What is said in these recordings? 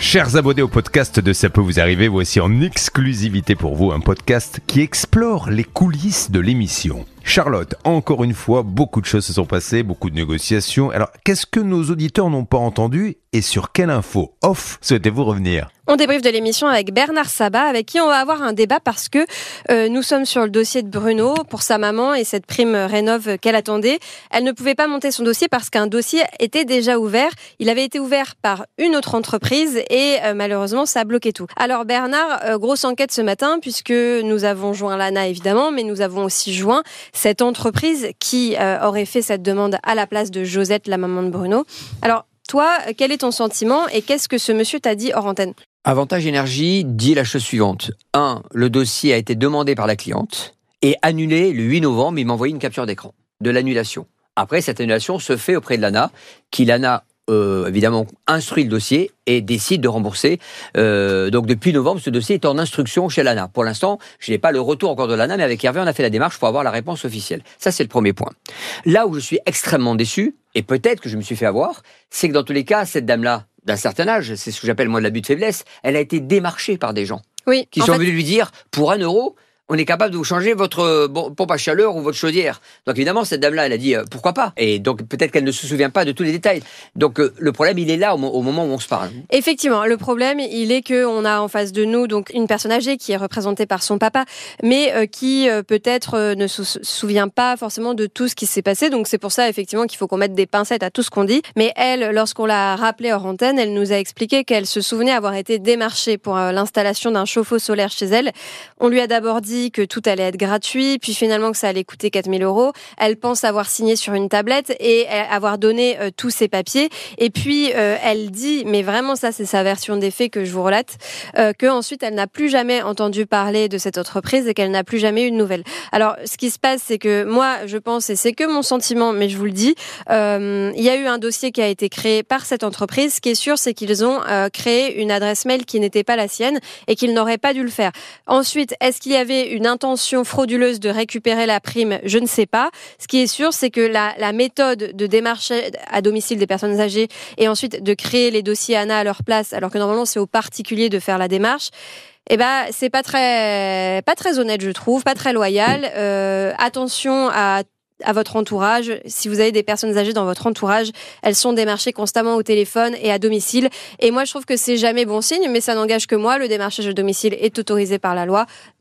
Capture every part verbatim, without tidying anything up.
Chers abonnés au podcast de Ça peut vous arriver, voici en exclusivité pour vous un podcast qui explore les coulisses de l'émission. Charlotte, encore une fois, beaucoup de choses se sont passées, beaucoup de négociations. Alors, qu'est-ce que nos auditeurs n'ont pas entendu et sur quelle info off souhaitez-vous revenir ? On débriefe de l'émission avec Bernard Sabat, avec qui on va avoir un débat parce que euh, nous sommes sur le dossier de Bruno pour sa maman et cette prime rénov qu'elle attendait. Elle ne pouvait pas monter son dossier parce qu'un dossier était déjà ouvert. Il avait été ouvert par une autre entreprise et euh, malheureusement, ça a bloqué tout. Alors Bernard, euh, grosse enquête ce matin puisque nous avons joint l'A N A évidemment, mais nous avons aussi joint cette entreprise qui euh, aurait fait cette demande à la place de Josette, la maman de Bruno. Alors toi, quel est ton sentiment et qu'est-ce que ce monsieur t'a dit hors antenne ? Avantage Énergie dit la chose suivante. un. Le dossier a été demandé par la cliente et annulé le huit novembre. Il m'a envoyé une capture d'écran de l'annulation. Après, cette annulation se fait auprès de l'A N A, qui l'A N A, euh, évidemment, instruit le dossier et décide de rembourser. Euh, donc, depuis novembre, ce dossier est en instruction chez l'A N A. Pour l'instant, je n'ai pas le retour encore de l'A N A, mais avec Hervé, on a fait la démarche pour avoir la réponse officielle. Ça, c'est le premier point. Là où je suis extrêmement déçu, et peut-être que je me suis fait avoir, c'est que dans tous les cas, cette dame-là, d'un certain âge, c'est ce que j'appelle moi de l'abus de faiblesse, elle a été démarchée par des gens oui, qui sont fait... venus lui dire, pour un euro, on est capable de vous changer votre pompe à chaleur ou votre chaudière. Donc évidemment, cette dame-là, elle a dit, euh, pourquoi pas ? Et donc peut-être qu'elle ne se souvient pas de tous les détails. Donc euh, le problème, il est là au, au moment où on se parle. Effectivement, le problème, il est qu'on a en face de nous donc une personne âgée qui est représentée par son papa, mais euh, qui euh, peut-être euh, ne se souvient pas forcément de tout ce qui s'est passé. Donc c'est pour ça effectivement qu'il faut qu'on mette des pincettes à tout ce qu'on dit. Mais elle, lorsqu'on l'a rappelée hors antenne, elle nous a expliqué qu'elle se souvenait avoir été démarchée pour euh, l'installation d'un chauffe-eau solaire chez elle. On lui a d'abord dit que tout allait être gratuit, puis finalement que ça allait coûter quatre mille euros. Elle pense avoir signé sur une tablette et avoir donné euh, tous ses papiers. Et puis, euh, elle dit, mais vraiment ça, c'est sa version des faits que je vous relate, euh, qu'ensuite, elle n'a plus jamais entendu parler de cette entreprise et qu'elle n'a plus jamais eu de nouvelles. Alors, ce qui se passe, c'est que moi, je pense, et c'est que mon sentiment, mais je vous le dis, euh, il y a eu un dossier qui a été créé par cette entreprise. Ce qui est sûr, c'est qu'ils ont euh, créé une adresse mail qui n'était pas la sienne et qu'ils n'auraient pas dû le faire. Ensuite, est-ce qu'il y avait une intention frauduleuse de récupérer la prime ? Je ne sais pas. Ce qui est sûr, c'est que la, la méthode de démarche à domicile des personnes âgées et ensuite de créer les dossiers A N A à leur place, alors que normalement c'est aux particuliers de faire la démarche, eh ben c'est pas très, pas très honnête, je trouve, pas très loyal. Euh, attention à à votre entourage. Si vous avez des personnes âgées dans votre entourage, elles sont démarchées constamment au téléphone et à domicile. Et moi, je trouve que c'est jamais bon signe, mais ça n'engage que moi. Le démarchage à domicile est autorisé par la loi.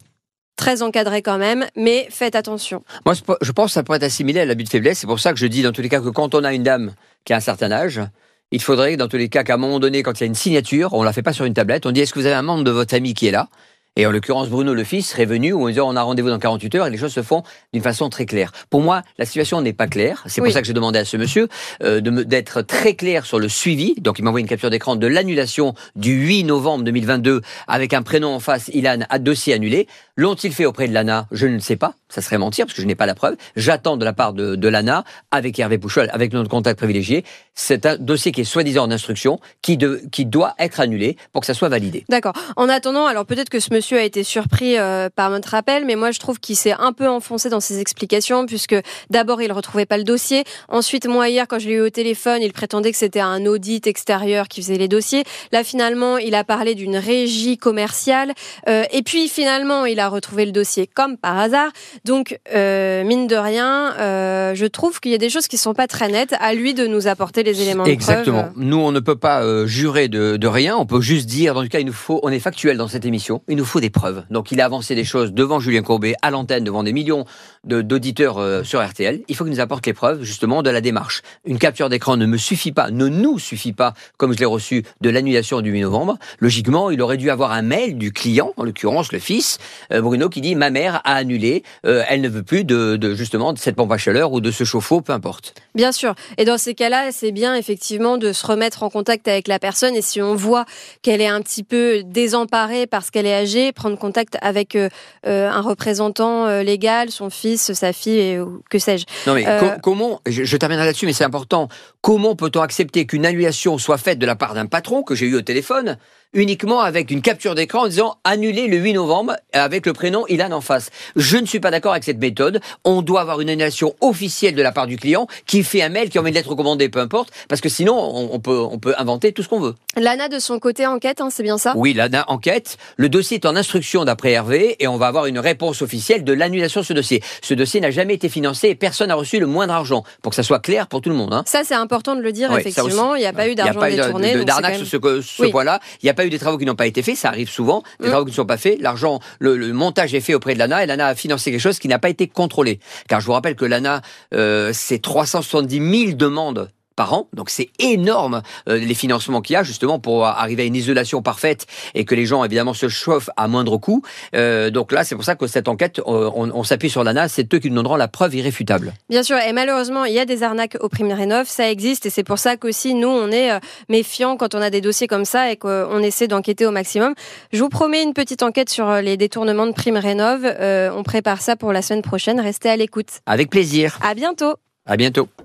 Très encadré quand même, mais faites attention. Moi, je pense que ça pourrait être assimilé à l'abus de faiblesse. C'est pour ça que je dis dans tous les cas que quand on a une dame qui a un certain âge, il faudrait dans tous les cas qu'à un moment donné, quand il y a une signature, on ne la fait pas sur une tablette, on dit est-ce que vous avez un membre de votre famille qui est là ? Et en l'occurrence, Bruno le fils serait venu où on disait on a rendez-vous dans quarante-huit heures et les choses se font d'une façon très claire. Pour moi, la situation n'est pas claire. C'est pour oui. ça que j'ai demandé à ce monsieur euh, de me, d'être très clair sur le suivi. Donc il m'a envoyé une capture d'écran de l'annulation du huit novembre deux mille vingt-deux avec un prénom en face, Ilan, à dossier annulé. L'ont-ils fait auprès de l'A N A ? Je ne sais pas. Ça serait mentir parce que je n'ai pas la preuve. J'attends de la part de, de l'A N A, avec Hervé Pouchol, avec notre contact privilégié. C'est un dossier qui est soi-disant en instruction, qui, de, qui doit être annulé pour que ça soit validé. D'accord. En attendant, alors peut-être que ce monsieur a été surpris euh, par notre appel, mais moi je trouve qu'il s'est un peu enfoncé dans ses explications, puisque d'abord il ne retrouvait pas le dossier. Ensuite, moi hier, quand je l'ai eu au téléphone, il prétendait que c'était un audit extérieur qui faisait les dossiers. Là, finalement, il a parlé d'une régie commerciale. Euh, et puis finalement, il a retrouvé le dossier comme par hasard. Donc, euh, mine de rien, euh, je trouve qu'il y a des choses qui ne sont pas très nettes. À lui de nous apporter les éléments de preuve. Exactement. Nous, on ne peut pas euh, jurer de, de rien. On peut juste dire, dans tout cas, il nous faut, on est factuel dans cette émission. Il nous faut des preuves. Donc, il a avancé des choses devant Julien Courbet, à l'antenne, devant des millions de, d'auditeurs euh, sur R T L. Il faut qu'il nous apporte les preuves, justement, de la démarche. Une capture d'écran ne me suffit pas, ne nous suffit pas, comme je l'ai reçu, de l'annulation du huit novembre. Logiquement, il aurait dû avoir un mail du client, en l'occurrence le fils, euh, Bruno, qui dit « Ma mère a annulé, euh, elle ne veut plus de, de, justement, de cette pompe à chaleur ou de ce chauffe-eau, peu importe. » Bien sûr. Et dans ces cas-là, c'est bien, effectivement, de se remettre en contact avec la personne. Et si on voit qu'elle est un petit peu désemparée parce qu'elle est âgée, prendre contact avec euh, un représentant euh, légal, son fils, fils, sa fille, et, ou que sais-je. Non mais Euh, co- comment, je, je terminerai là-dessus, mais c'est important, comment peut-on accepter qu'une annulation soit faite de la part d'un patron que j'ai eu au téléphone, uniquement avec une capture d'écran en disant annuler le huit novembre avec le prénom Ilan en face. Je ne suis pas d'accord avec cette méthode. On doit avoir une annulation officielle de la part du client qui fait un mail, qui envoie une lettre recommandée, peu importe, parce que sinon on, on peut on peut inventer tout ce qu'on veut. L'A N A de son côté enquête, hein, c'est bien ça? Oui, l'A N A enquête. Le dossier est en instruction d'après Hervé et on va avoir une réponse officielle de l'annulation de ce dossier. Ce dossier n'a jamais été financé et personne n'a reçu le moindre argent. Pour que ça soit clair pour tout le monde. Hein. Ça, c'est important de le dire, Oui, effectivement. Il n'y a pas eu d'argent détourné. Il n'y a pas eu de, de, donc d'arnaque c'est quand sur même... ce, ce Oui. point-là. Il n'y a pas eu des travaux qui n'ont pas été faits. Ça arrive souvent. Des Mm. travaux qui ne sont pas faits. L'argent, le, le montage est fait auprès de l'A N A et l'A N A a financé quelque chose qui n'a pas été contrôlé. Car je vous rappelle que l'A N A, euh, c'est trois cent soixante-dix mille demandes par an, donc c'est énorme euh, les financements qu'il y a justement pour arriver à une isolation parfaite et que les gens évidemment se chauffent à moindre coût. Euh, donc là, c'est pour ça que cette enquête, on, on, on s'appuie sur l'A N A, c'est eux qui nous donneront la preuve irréfutable. Bien sûr, et malheureusement, il y a des arnaques au Prime Rénov, ça existe, et c'est pour ça qu'aussi nous, on est euh, méfiants quand on a des dossiers comme ça et qu'on essaie d'enquêter au maximum. Je vous promets une petite enquête sur euh, les détournements de Prime Rénov. Euh, on prépare ça pour la semaine prochaine. Restez à l'écoute. Avec plaisir. À bientôt. À bientôt.